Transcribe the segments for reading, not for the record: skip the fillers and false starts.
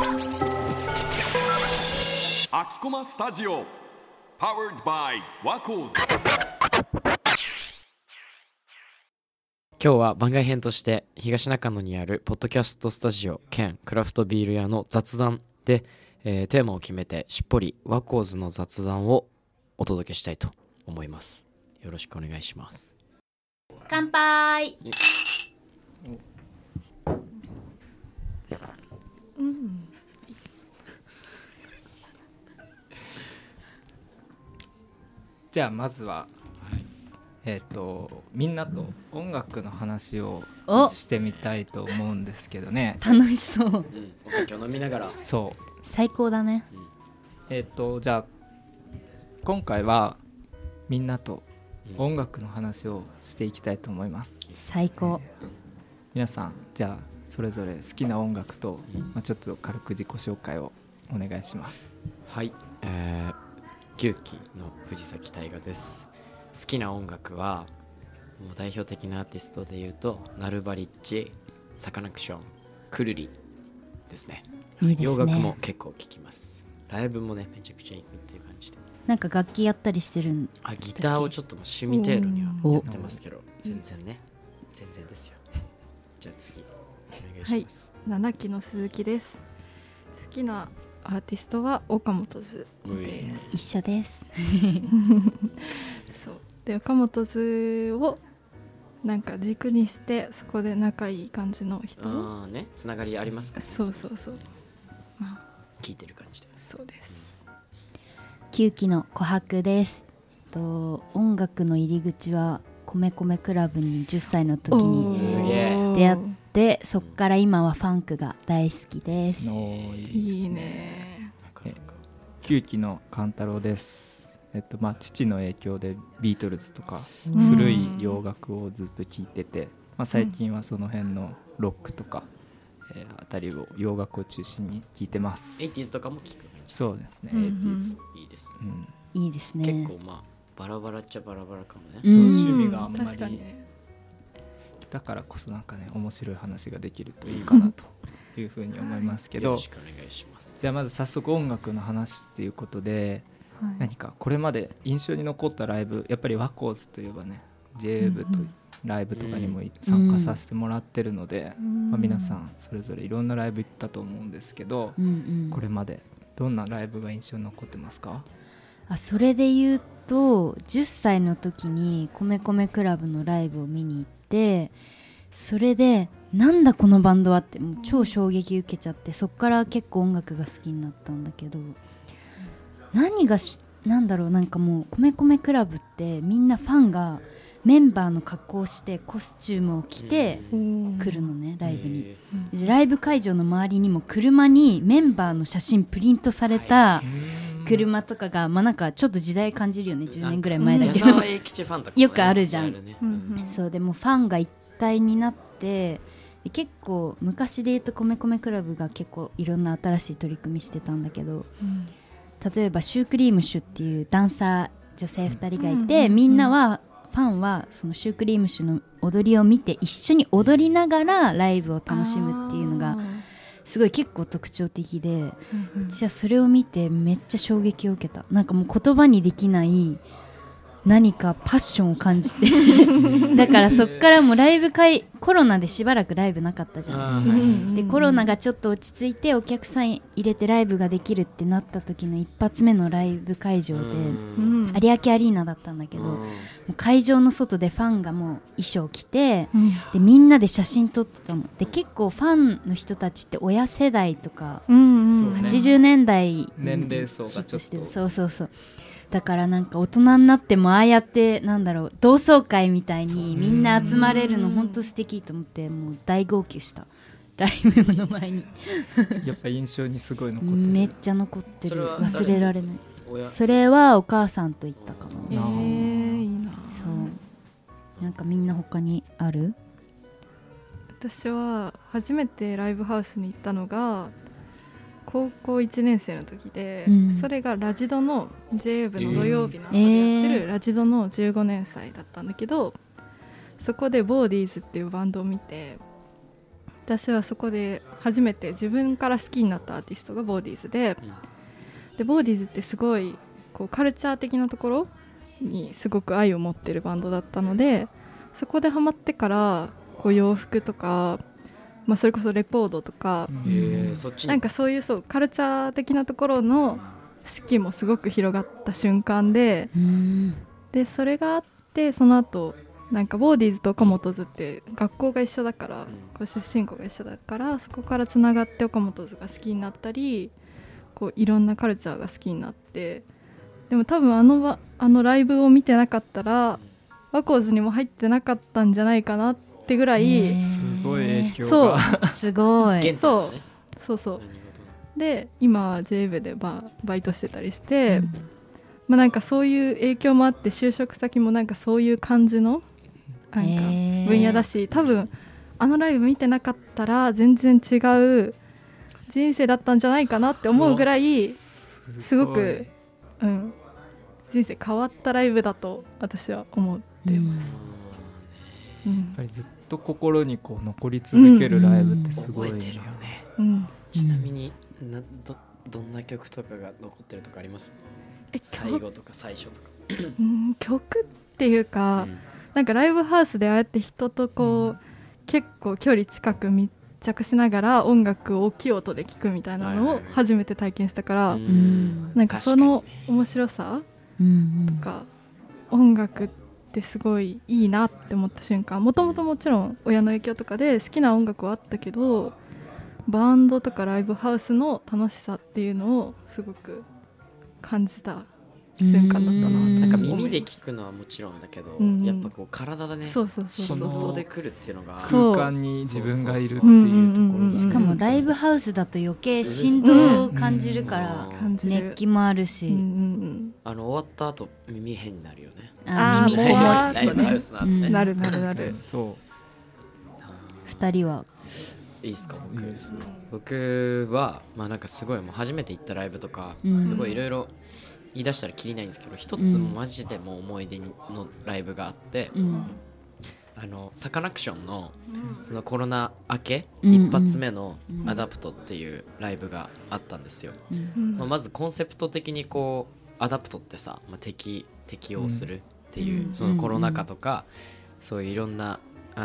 アキコマスタジオ Powered by ワコーズ。 今日は番外編として東中野にあるポッドキャストスタジオ兼クラフトビール屋の雑談で、テーマを決めてしっぽりワコーズの雑談をお届けしたいと思います。よろしくお願いします。 乾杯。 じゃあまずは、みんなと音楽の話をしてみたいと思うんですけどね。 楽しそう、 お酒を飲みながら。 そう最高だね。 じゃあ今回はみんなと音楽の話をしていきたいと思います。 最高。 皆さんじゃあそれぞれ好きな音楽と、ちょっと軽く自己紹介をお願いします。 はい、9期の藤崎大河です。好きな音楽はもう代表的なアーティストでいうとナルバリッチ、サカナクション、クルリですね。 いいですね。 洋楽も結構聴きます。ライブもねめちゃくちゃ行くっていう感じで。 なんか楽器やったりしてるんだっけ？ ギターをちょっともう趣味程度にはやってますけど、全然ですよ。じゃあ次お願いします。 はい、7期の鈴木です。好きなアーティストは岡本図です。 一緒ですそうで、岡本図をなんか軸にしてそこで仲いい感じの人。 あね、つながりありますかね。 そう、 聞いてる感じで。 そうです。 9期の琥珀です。音楽の入り口は米米クラブに10歳の時に出会って、そっから今はファンクが大好きです。 いいね。 9期の勘太郎です。父の影響でビートルズとか古い洋楽をずっと聴いてて、最近はその辺のロックとか、あたりを洋楽を中心に聴いてます。 80s とかも聴く感じ。 そうですね、 80s いいですね、 いいですね。 結構バラバラっちゃバラバラかもね。 そう趣味があんま確かにり、 ね、 だからこそなんかね面白い話ができるといいかなというふうに思いますけど、 よろしくお願いします。 じゃあまず早速音楽の話っていうことで、何かこれまで印象に残ったライブ、やっぱりワコーズといえばね J-WAVE とライブとかにも参加させてもらってるので、皆さんそれぞれいろんなライブ行ったと思うんですけど、これまでどんなライブが印象に残ってますか？ それで言うと10歳の時に米米クラブのライブを見に行って、それでなんだこのバンドはってもう超衝撃受けちゃって、そっから結構音楽が好きになったんだけど、何がなんだろう、なんかもう米米クラブってみんなファンがメンバーの格好をしてコスチュームを着て来るのね、ライブに。でライブ会場の周りにも車にメンバーの写真プリントされた車とかが、なんかちょっと時代感じるよね。10年ぐらい前だけど、 矢沢永吉ファンとか、ね、 よくあるじゃん、 ね。 そうでもファンが一体になって、結構昔で言うと米米クラブが結構いろんな新しい取り組みしてたんだけど、例えばシュークリームシュっていうダンサー女性2人がいて、みんなはファンはそのシュークリームシュの踊りを見て一緒に踊りながらライブを楽しむっていうのがすごい結構特徴的で、私はそれを見てめっちゃ衝撃を受けた。なんかもう言葉にできない何かパッションを感じてだからそっからもうライブコロナでしばらくライブなかったじゃん。でコロナがちょっと落ち着いてお客さん入れてライブができるってなった時の一発目のライブ会場で有明アリーナだったんだけど、もう会場の外でファンがもう衣装着て、でみんなで写真撮ってたので、結構ファンの人たちって親世代とか、80年代年齢層がちょっとそうだからなんか大人になってもああやってなんだろう、同窓会みたいにみんな集まれるの本当素敵と思って、もう大号泣したライブの前にやっぱ印象にすごい残ってる。 めっちゃ残ってる。忘れられない。 親それはお母さんと行ったかな。 いいな。 そうなんかみんな他にある？ 私は初めてライブハウスに行ったのが高校1年生の時で、それがラジドの J-WAVE の土曜日の朝でやってるラジドの15年祭だったんだけど、そこでボーディーズっていうバンドを見て、 私はそこで初めて自分から好きになったアーティストがボーディーズで、でボーディーズってすごいこうカルチャー的なところにすごく愛を持ってるバンドだったので、そこでハマってからこう洋服とか、それこそレコードとか、 そっちになんかそういうカルチャー的なところの好きもすごく広がった瞬間で、でそれがあって、その後なんかボーディーズと岡本図って学校が一緒だから、こう出身校が一緒だから、そこからつながって岡本図が好きになったり、こういろんなカルチャーが好きになって、でも多分あのライブを見てなかったらワコーズにも入ってなかったんじゃないかなってぐらい、 すごい影響がすごい。 そうで今は J 部でバイトしてたりして、なんかそういう影響もあって就職先もなんかそういう感じのなんか分野だし、多分あのライブ見てなかったら全然違う人生だったんじゃないかなって思うぐらい、すごく、人生変わったライブだと私は思ってます。 やっぱりずっと心にこう残り続けるライブってすごい、 覚えてるよね。ちなみにどんな曲とかが残ってるとかあります？最後とか最初とか曲っていうか、なんかライブハウスでああやって人とこう、結構距離近く密着しながら音楽を大きい音で聴くみたいなのを初めて体験したから、なんかその面白さとか、音楽ってすごいいいなって思った瞬間、もともともちろん親の影響とかで好きな音楽はあったけど、バンドとかライブハウスの楽しさっていうのをすごく感じた瞬間だったな。 なんか耳で聞くのはもちろんだけど、やっぱこう体でね、そこで来るっていうのが、 空間に自分がいるっていうところ、 しかもライブハウスだと余計振動を感じるから、熱気もあるし、 終わった後耳変になるよね。 耳変ライブハウスなんでね。 なる。 2人はいいですか？僕はなんかすごいもう初めて行ったライブとか、すごいいろいろ言い出したらきりないんですけど、一つマジでもう思い出のライブがあって、サカナクションのそのコロナ明け一発目のアダプトっていうライブがあったんですよ。まずコンセプト的にこうアダプトってさ、適応するっていう、そのコロナ禍とかそういういろんな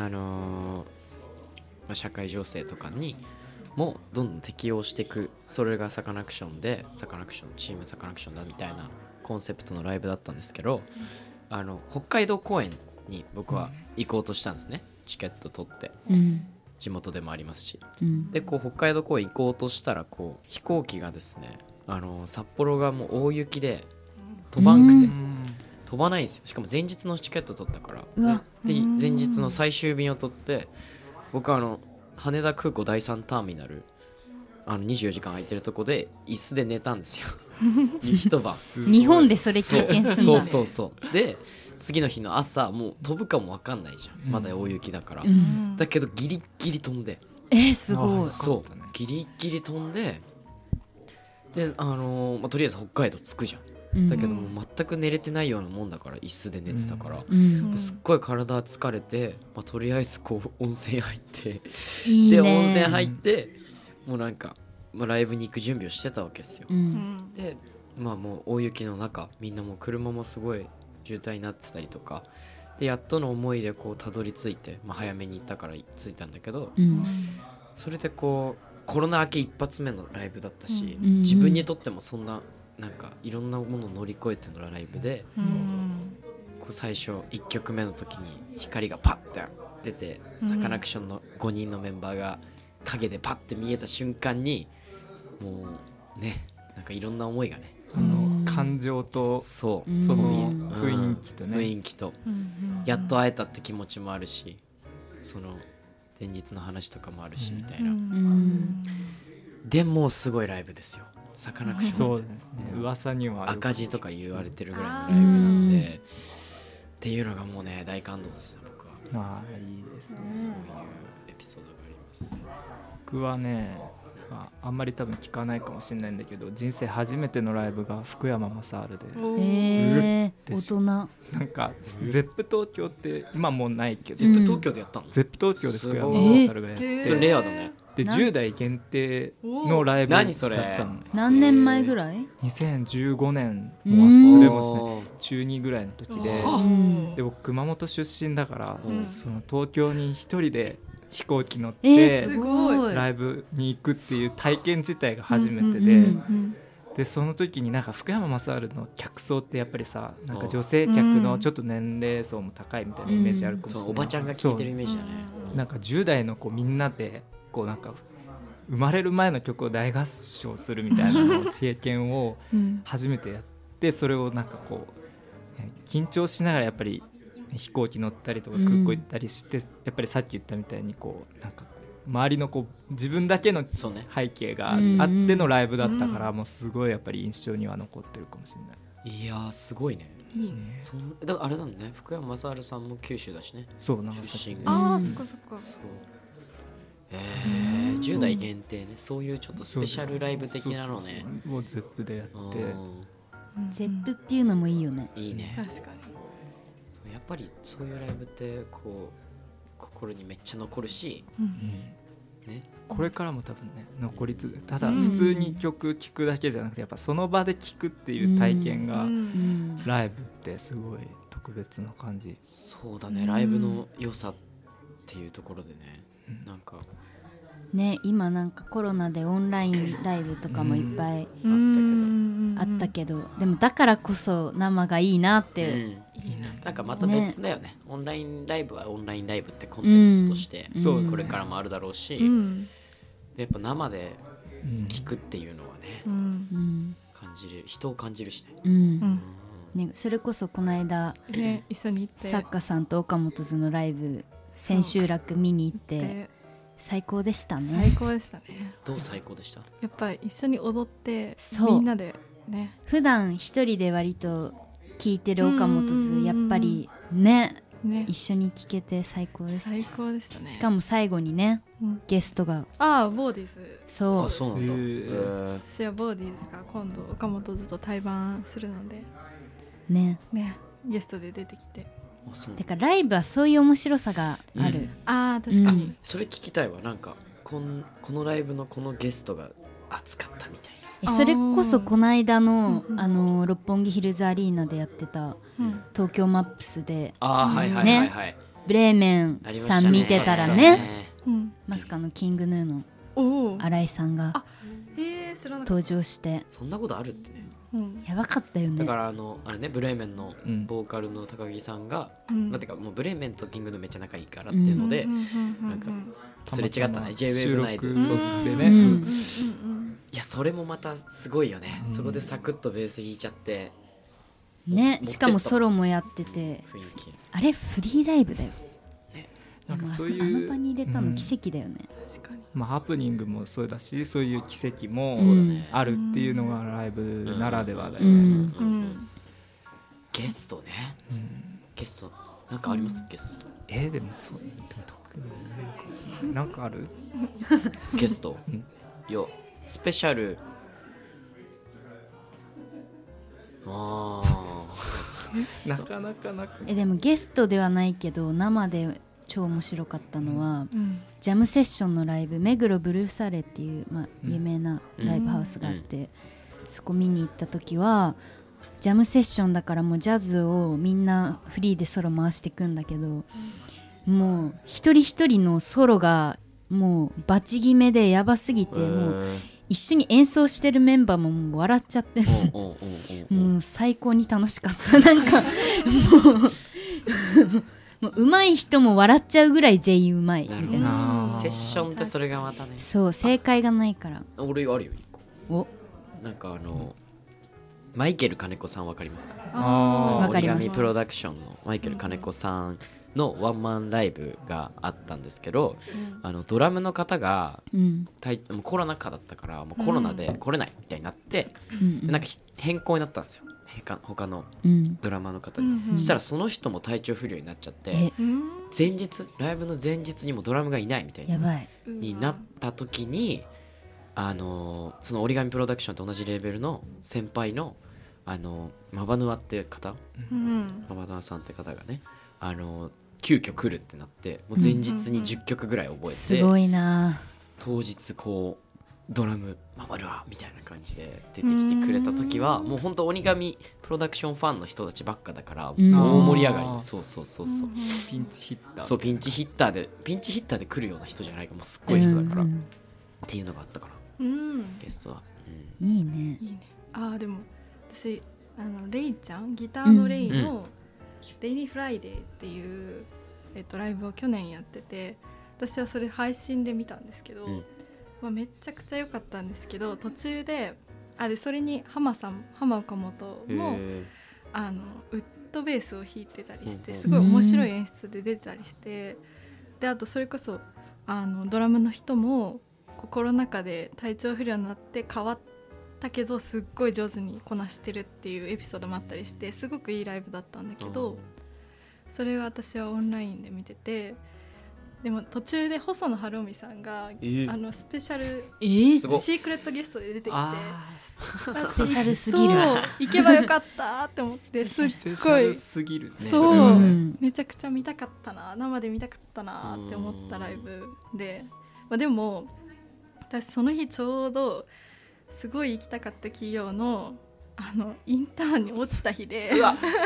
社会情勢とかにもどんどん適応していく、それがサカナクションで、チームサカナクションだみたいなコンセプトのライブだったんですけど、北海道公演に僕は行こうとしたんですね。チケット取って、地元でもありますし、でこう北海道公演行こうとしたら、こう飛行機がですね、札幌がもう大雪で飛ばんくて、飛ばないんですよ。しかも前日のチケット取ったから、で前日の最終便を取って、僕は羽田空港第3ターミナル24時間空いてるとこで椅子で寝たんですよ一晩。 日本でそれ経験するんだ。 そうで次の日の朝、もう飛ぶかも分かんないじゃん、まだ大雪だから、だけどギリギリ飛んで、 すごい。 そうギリギリ飛んで、でとりあえず北海道着くじゃん。だけどもう全く寝れてないようなもんだから、椅子で寝てたから、すっごい体疲れて、とりあえずこう温泉入ってで温泉入ってもうなんか、ライブに行く準備をしてたわけですよ。でもう大雪の中、みんなもう車もすごい渋滞になってたりとかで、やっとの思いでこうたどり着いて、早めに行ったから着いたんだけど、それでこうコロナ明け一発目のライブだったし、自分にとってもそんななんかいろんなものを乗り越えてのライブで、こう最初1曲目の時に光がパッて出て、サカナクションの5人のメンバーが影でパッて見えた瞬間に、もうね、なんかいろんな思いがね、 感情とその雰囲気とね、 雰囲気とやっと会えたって気持ちもあるし、その前日の話とかもあるしみたいな。でもすごいライブですよ、サカナクションって。 そうですね、噂には赤字とか言われてるぐらいのライブなんで、っていうのがもうね大感動ですね、僕は。 いいですね。 そういうエピソードがあります。 僕はね、 まあ、あんまり多分聞かないかもしれないんだけど、人生初めてのライブが福山雅治で、 大人。 なんかゼップ東京って今もうないけど、 ゼップ東京でやったの？ ゼップ東京で福山雅治がやってそれレアだね。 で10代限定のライブだったの。 何年前ぐらい ？2015年も忘れますね。中2ぐらいの時で僕熊本出身だから、その東京に一人で飛行機乗ってライブに行くっていう体験自体が初めてで、その時になんか福山雅治の客層ってやっぱりさ、なんか女性客のちょっと年齢層も高いみたいなイメージあるかもしれない。 おばちゃんが聴いてるイメージだね。 なんか10代の子みんなでこうなんか生まれる前の曲を大合唱するみたいな経験を初めてやって、それをなんかこう緊張しながらやっぱり飛行機乗ったりとか空港行ったりして、やっぱりさっき言ったみたいにこうなんか周りのこう自分だけの背景があってのライブだったから、もうすごいやっぱり印象には残ってるかもしれない。 いやーすごいね。いいね。だからあれだもんね、福山雅治さんも九州だしね。 そう長崎。 ああそっかそっか。 10代限定ね、そういうちょっとスペシャルライブ的なのね。 もうゼップでやって、 ゼップっていうのもいいよね。 いいね。 確かにやっぱりそういうライブってこう心にめっちゃ残るし、 ね、これからも多分ね残り続け、ただ普通に曲聴くだけじゃなくてやっぱその場で聴くっていう体験がライブってすごい特別な感じ。 そうだね、ライブの良さっていうところでね、なんかね、今なんかコロナでオンラインライブとかもいっぱいあったけど、でもだからこそ生がいいなって、 なんかまた別だよね。オンラインライブはオンラインライブってコンテンツとしてこれからもあるだろうし、やっぱ生で聞くっていうのはね、感じる、人を感じるしね。それこそこの間一緒に行って作家さんと岡本図のライブ千秋楽見に行って最高でしたね。 最高でしたね。 どう最高でした？ やっぱり一緒に踊ってみんなでね、 普段一人で割と聴いてる岡本図、やっぱりね一緒に聴けて最高でした。 最高でしたね。 しかも最後にね、ゲストがボーディーズ。 そうそうなんだ。 私はボーディーズが今度岡本図と対バンするのでねゲストで出てきて、 だからライブはそういう面白さがある。 確かに、 それ聞きたいわ。なんかこのライブのこのゲストが熱かったみたいな。 それこそこの間の、六本木ヒルズアリーナでやってた、東京マップスで、ブレーメンさん見てたらね、まさかのキングヌーの新井さんが登場して、 そんなことあるってね。 やばかったよね。 だからあれね、ブレーメンのボーカルの高木さんが、てかもうブレーメンとキングヌーめっちゃ仲いいからっていうので、なんかすれ違ったね、 J-WAVE 内で。そうね。いやそれもまたすごいよね。そこでサクッとベース弾いちゃってね、しかもソロもやってて、あれフリーライブだよ。なんかそういうあの場に入れたの奇跡だよね。 確かに。 ハプニングもそうだし、そういう奇跡もあるっていうのがライブならではだよね。 ゲストね、ゲストなんかあります？ゲストでもそう特にないかもしれない。なんかある？ ゲストよ、スペシャル。 なかなかなく。 でもゲストではないけど生で超面白かったのは、ジャムセッションのライブ、目黒ブルーサレっていう、有名なライブハウスがあって、そこ見に行った時はジャムセッションだからもうジャズをみんなフリーでソロ回していくんだけど、もう一人一人のソロがもうバチ決めでやばすぎて、もう一緒に演奏してるメンバーももう笑っちゃってもう最高に楽しかった。なんかもう上手い人も笑っちゃうぐらい全員上手いみたいな。 セッションってそれがまたね、 そう正解がないから。 俺あるよ一個。なんかマイケル金子さんわかりますか？折り紙プロダクションのマイケル金子さんのワンマンライブがあったんですけど、ドラムの方が、もうコロナ禍だったからもうコロナで来れないみたいになって、なんか変更になったんですよ、他のドラマーの方に。そしたらその人も体調不良になっちゃって、前日ライブの前日にもドラムがいないみたいになった時に、 その折り紙プロダクションと同じレーベルの先輩のマバヌアって方、マバヌアさんって方がね急遽来るってなってもう前日に10曲ぐらい覚えて、 すごいな。 当日こうドラムマバヌアみたいな感じで出てきてくれた時はもう本当折り紙プロダクションファンの人たちばっかだから大盛り上がり。そうピンチヒッター。 そうピンチヒッターで来るような人じゃないかもうすっごい人だから、っていうのがあったから、ゲストは、 いいね。 いいね。でも私レイちゃんギターのレイのレイニーフライデーっていう、ライブを去年やってて、私はそれ配信で見たんですけど、めちゃくちゃ良かったんですけど、途中でそれに浜岡本もウッドベースを弾いてたりしてすごい面白い演出で出てたりして、であとそれこそドラムの人もコロナ禍で体調不良になって変わったけどすっごい上手にこなしてるっていうエピソードもあったりしてすごくいいライブだったんだけど、それが私はオンラインで見てて、でも途中で細野晴臣さんが、スペシャル、シークレットゲストで出てきて、 スペシャルすぎる。 そう行けばよかったって思ってすっごいすぎるね。 そう、めちゃくちゃ見たかったな、生で見たかったなって思ったライブで、でも私その日ちょうどすごい行きたかった企業のインターンに落ちた日で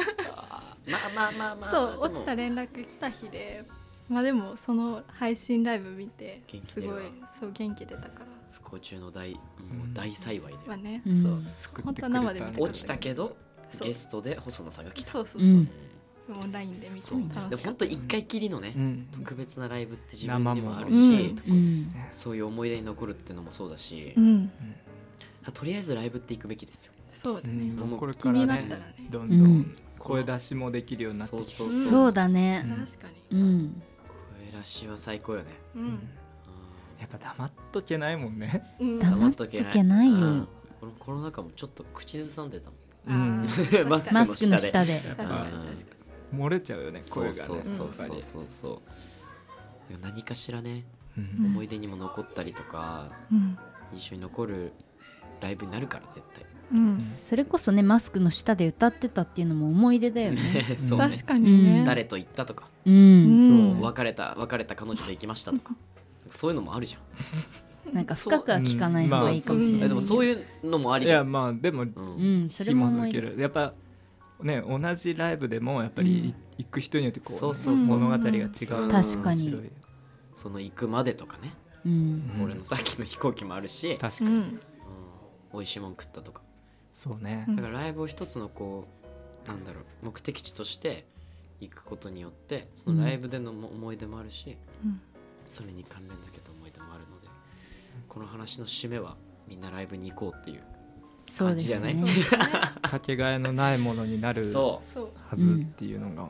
そう落ちた連絡来た日で、でもその配信ライブ見てすごいそう元気出たから不幸中の大幸いで、 ね、そう本当は生で見たかった落ちたけどゲストで細野さんが来た。 オンラインで見て楽しかった。 でも本当一回きりのね、特別なライブって自分にもあるし、そういう思い出に残るっていうのもそうだし、とりあえずライブって行くべきですよ。 そうだね。 これからねどんどん声出しもできるようになってきて、 そうだね。 確かに。 声出しは最高よね。 やっぱ黙っとけないもんね。 黙っとけないよ。 このコロナ禍もちょっと口ずさんでたもん。 マスクの下で。 確かに漏れちゃうよね、声がね。 そう何かしらね、思い出にも残ったりとか、印象に残るライブになるから絶対。 それこそねマスクの下で歌ってたっていうのも思い出だよね。 確かにね。 誰と行ったとか、別れた彼女と行きましたとか、そういうのもあるじゃん。 なんか深くは聞かない方がいいかもしれない。 でもそういうのもありだよ。 いやでもそれも思い出。 やっぱね同じライブでもやっぱり行く人によってこう物語が違う。 確かに。 その行くまでとかね。俺のさっきの飛行機もあるし、 確かに美味しいもん食ったとか。 そうね。 だからライブを一つのこう目的地として行くことによってそのライブでの思い出もあるし、それに関連付けた思い出もあるので、この話の締めはみんなライブに行こうっていう感じじゃない？ かけがえのないものになるはずっていうのが、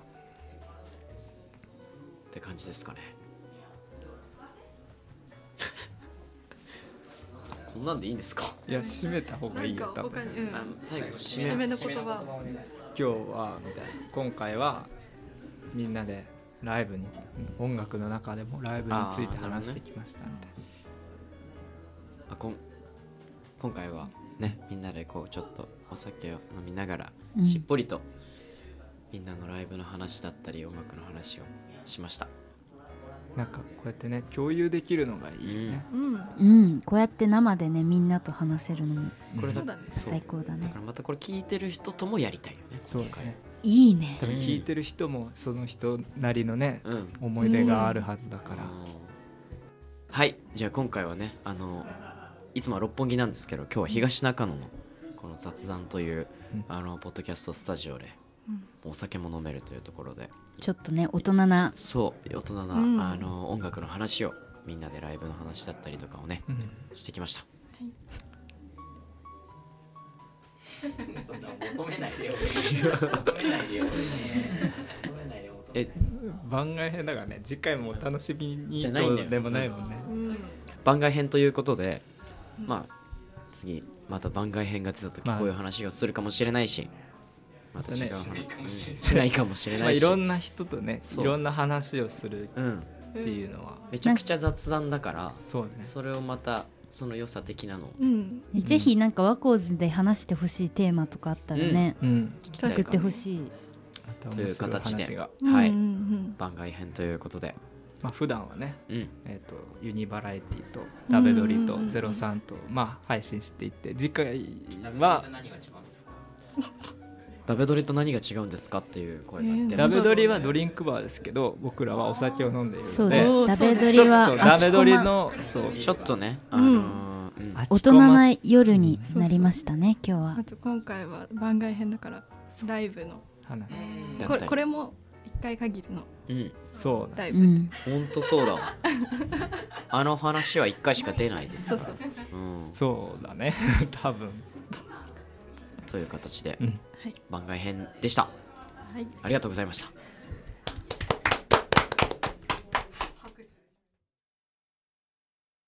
って感じですかね。こんなんでいいんですか？ いや締めた方がいいよ多分。 最後締めの言葉。 今日は今回はみんなでライブに音楽の中でもライブについて話してきましたみたいな。 今回はねみんなでこうちょっとお酒を飲みながらしっぽりとみんなのライブの話だったり音楽の話をしました。 なんかこうやってね共有できるのがいいね。 こうやって生でねみんなと話せるのも最高だね。 だからまたこれ聞いてる人ともやりたいよね。 そうかね。 いいね。 多分聞いてる人もその人なりのね、思い出があるはずだから。 はい、じゃあ今回はねいつもは六本木なんですけど今日は東中野のこの雑談というポッドキャストスタジオでお酒も飲めるというところでちょっとね大人な音楽の話をみんなでライブの話だったりとかをね、してきました。 そんな求めないでよ。 番外編だからね、次回もお楽しみにとでもないもんね。 番外編ということで、次また番外編が出た時こういう話をするかもしれないし、また違うしないかもしれないし、 いろんな人とねいろんな話をするっていうのはめちゃくちゃ雑談だから、 そうね、 それをまたその良さ的なの、 ぜひなんかワコーズで話してほしいテーマとかあったらね、作ってほしいという形で、はい、番外編ということで、 普段はね、ユニバラエティとダベドリと03と、配信していって、次回はダベドリと何が違うんですかっていう声があって、 ダベドリはドリンクバーですけど、僕らはお酒を飲んでいるので、 そうです。ダベドリはダベドリのちょっとね、 大人な夜になりましたね。今日はあと今回は番外編だからライブの話、 これも1回限りのそうライブ、 本当そうだわあの話は1回しか出ないですから。 そうだね多分という形で番外編でした、ありがとうございました。